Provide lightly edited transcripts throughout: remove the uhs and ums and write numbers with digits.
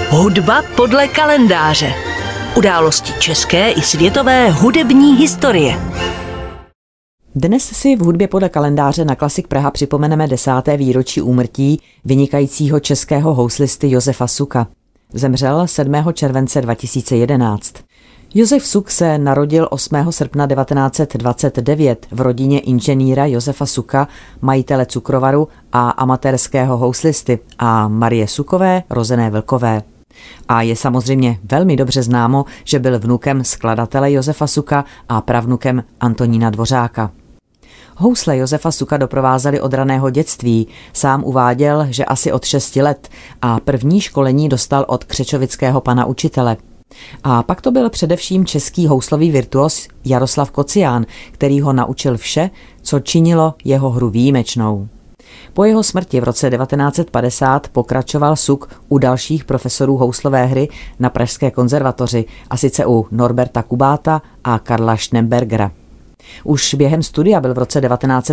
Hudba podle kalendáře. Události české i světové hudební historie. Dnes si v hudbě podle kalendáře na Klasik Praha připomeneme 10. výročí úmrtí vynikajícího českého houslisty Josefa Suka. Zemřel 7. července 2011. Josef Suk se narodil 8. srpna 1929 v rodině inženýra Josefa Suka, majitele cukrovaru a amatérského houslisty, a Marie Sukové, rozené Vlkové. A je samozřejmě velmi dobře známo, že byl vnukem skladatele Josefa Suka a pravnukem Antonína Dvořáka. Housle Josefa Suka doprovázely od raného dětství. Sám uváděl, že asi od 6 let, a první školení dostal od křečovického pana učitele. A pak to byl především český houslový virtuos Jaroslav Kocián, který ho naučil vše, co činilo jeho hru výjimečnou. Po jeho smrti v roce 1950 pokračoval Suk u dalších profesorů houslové hry na Pražské konzervatoři, a sice u Norberta Kubáta a Karla Schnembergera. Už během studia byl v roce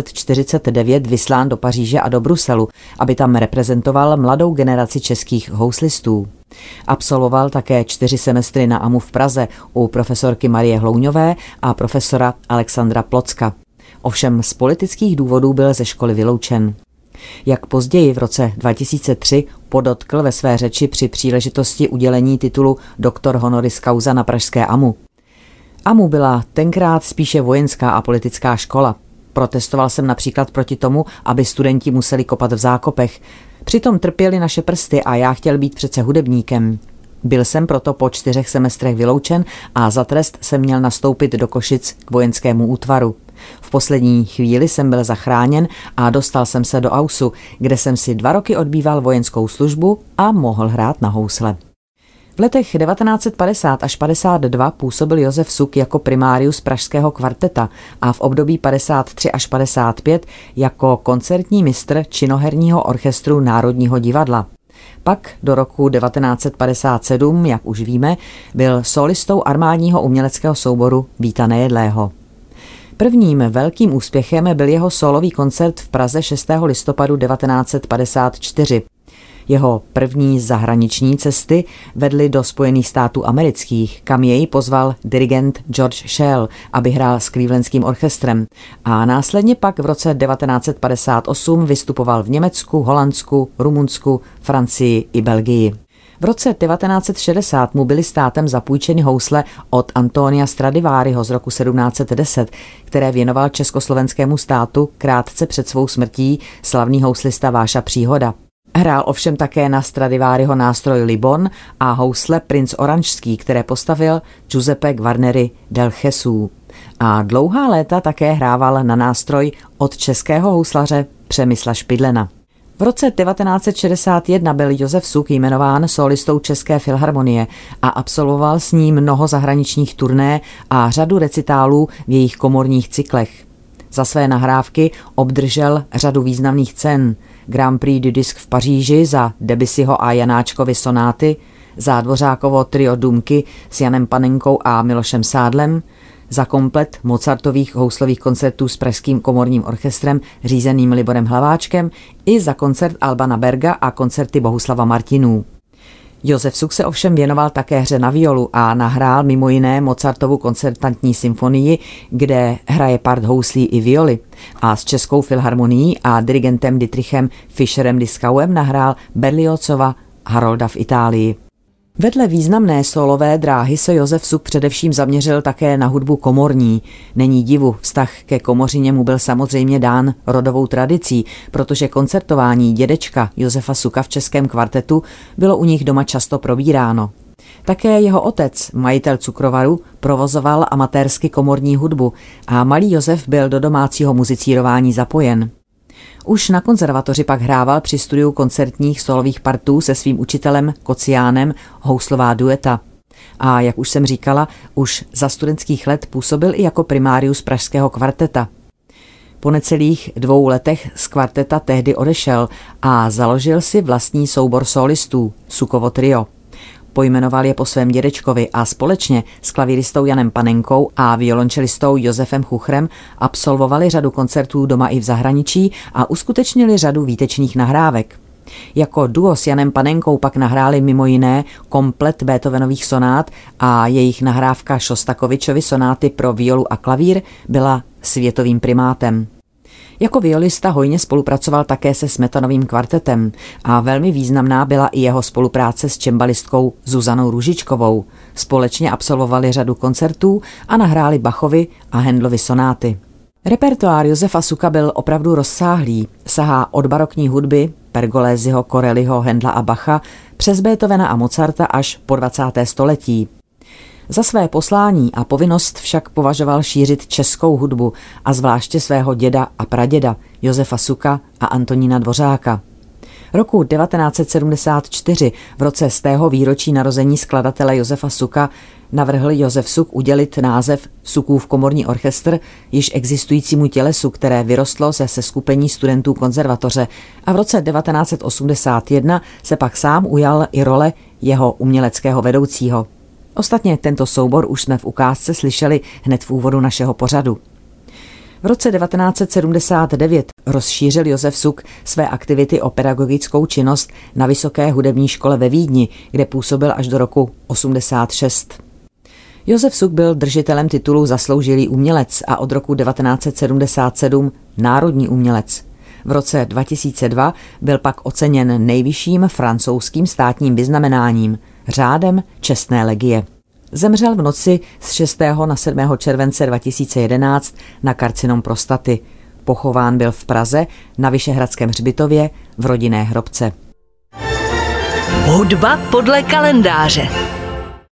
1949 vyslán do Paříže a do Bruselu, aby tam reprezentoval mladou generaci českých houslistů. Absolvoval také 4 semestry na AMU v Praze u profesorky Marie Hlouňové a profesora Alexandra Plocka. Ovšem z politických důvodů byl ze školy vyloučen. Jak později v roce 2003 podotkl ve své řeči při příležitosti udělení titulu doktor honoris causa na pražské AMU. AMU byla tenkrát spíše vojenská a politická škola. Protestoval jsem například proti tomu, aby studenti museli kopat v zákopech. Přitom trpěly naše prsty a já chtěl být přece hudebníkem. Byl jsem proto po 4 semestrech vyloučen a za trest jsem měl nastoupit do Košic k vojenskému útvaru. V poslední chvíli jsem byl zachráněn a dostal jsem se do AUSu, kde jsem si 2 roky odbýval vojenskou službu a mohl hrát na housle. V letech 1950 až 52 působil Josef Suk jako primárius pražského kvarteta a v období 53 až 55 jako koncertní mistr činoherního orchestru Národního divadla. Pak do roku 1957, jak už víme, byl solistou armádního uměleckého souboru Víta Nejedlého. Prvním velkým úspěchem byl jeho sólový koncert v Praze 6. listopadu 1954. Jeho první zahraniční cesty vedly do Spojených států amerických, kam jej pozval dirigent George Shell, aby hrál s Clevelandským orchestrem, a následně pak v roce 1958 vystupoval v Německu, Holandsku, Rumunsku, Francii i Belgii. V roce 1960 mu byly státem zapůjčeny housle od Antonia Stradivariho z roku 1710, které věnoval československému státu krátce před svou smrtí slavný houslista Váša Příhoda. Hrál ovšem také na Stradivariho nástroj Libon a housle Princ Oranžský, které postavil Giuseppe Guarneri del Gesù. A dlouhá léta také hrával na nástroj od českého houslaře Přemysla Špidlena. V roce 1961 byl Josef Suk jmenován sólistou České filharmonie a absolvoval s ním mnoho zahraničních turné a řadu recitálů v jejich komorních cyklech. Za své nahrávky obdržel řadu významných cen: Grand Prix du Disque v Paříži za Debussyho a Janáčkovy sonáty, za Dvořákovo trio Dumky s Janem Panenkou a Milošem Sádlem, za komplet Mozartových houslových koncertů s Pražským komorním orchestrem řízeným Liborem Hlaváčkem i za koncert Albana Berga a koncerty Bohuslava Martinů. Josef Suk se ovšem věnoval také hře na violu a nahrál mimo jiné Mozartovu koncertantní symfonii, kde hraje part houslí i violy, a s Českou filharmonií a dirigentem Dietrichem Fischerem Dieskauem nahrál Berliozova Harolda v Itálii. Vedle významné sólové dráhy se Josef Suk především zaměřil také na hudbu komorní. Není divu, vztah ke komořině mu byl samozřejmě dán rodovou tradicí, protože koncertování dědečka Josefa Suka v českém kvartetu bylo u nich doma často probíráno. Také jeho otec, majitel cukrovaru, provozoval amatérsky komorní hudbu a malý Josef byl do domácího muzicírování zapojen. Už na konzervatoři pak hrával při studiu koncertních solových partů se svým učitelem Kociánem houslová dueta. A jak už jsem říkala, už za studentských let působil i jako primárius pražského kvarteta. Po necelých 2 letech z kvarteta tehdy odešel a založil si vlastní soubor solistů, Sukovo trio. Pojmenoval je po svém dědečkovi a společně s klavíristou Janem Panenkou a violončelistou Josefem Chuchrem absolvovali řadu koncertů doma i v zahraničí a uskutečnili řadu výtečných nahrávek. Jako duo s Janem Panenkou pak nahráli mimo jiné komplet Beethovenových sonát a jejich nahrávka Šostakovičovy sonáty pro violu a klavír byla světovým primátem. Jako violista hojně spolupracoval také se Smetanovým kvartetem a velmi významná byla i jeho spolupráce s cembalistkou Zuzanou Růžičkovou. Společně absolvovali řadu koncertů a nahráli Bachovy a Handlovy sonáty. Repertoár Josefa Suka byl opravdu rozsáhlý, sahá od barokní hudby, Pergolésiho, Corelliho, Handla a Bacha, přes Beethovena a Mozarta až po 20. století. Za své poslání a povinnost však považoval šířit českou hudbu a zvláště svého děda a praděda Josefa Suka a Antonína Dvořáka. Roku 1974, v roce 100. výročí narození skladatele Josefa Suka, navrhl Josef Suk udělit název Sukův komorní orchestr již existujícímu tělesu, které vyrostlo ze seskupení studentů konzervatoře, a v roce 1981 se pak sám ujal i role jeho uměleckého vedoucího. Ostatně tento soubor už jsme v ukázce slyšeli hned v úvodu našeho pořadu. V roce 1979 rozšířil Josef Suk své aktivity o pedagogickou činnost na Vysoké hudební škole ve Vídni, kde působil až do roku 86. Josef Suk byl držitelem titulu Zasloužilý umělec a od roku 1977 národní umělec. V roce 2002 byl pak oceněn nejvyšším francouzským státním vyznamenáním, řádem čestné legie. Zemřel v noci z 6. na 7. července 2011 na karcinom prostaty. Pochován byl v Praze na Vyšehradském hřbitově v rodinné hrobce. Hudba podle kalendáře.